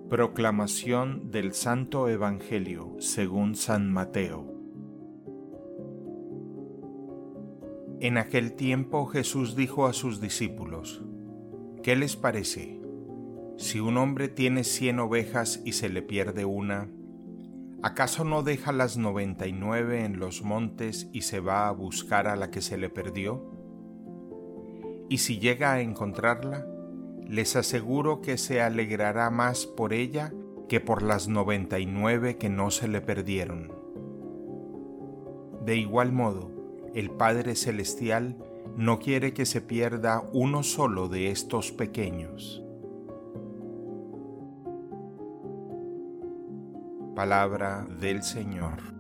Proclamación del Santo Evangelio según San Mateo. En aquel tiempo Jesús dijo a sus discípulos: ¿Qué les parece? Si un hombre tiene 100 ovejas y se le pierde una, ¿acaso no deja las 99 en los montes y se va a buscar a la que se le perdió? Y si llega a encontrarla, les aseguro que se alegrará más por ella que por las 99 que no se le perdieron. De igual modo, el Padre Celestial no quiere que se pierda uno solo de estos pequeños. Palabra del Señor.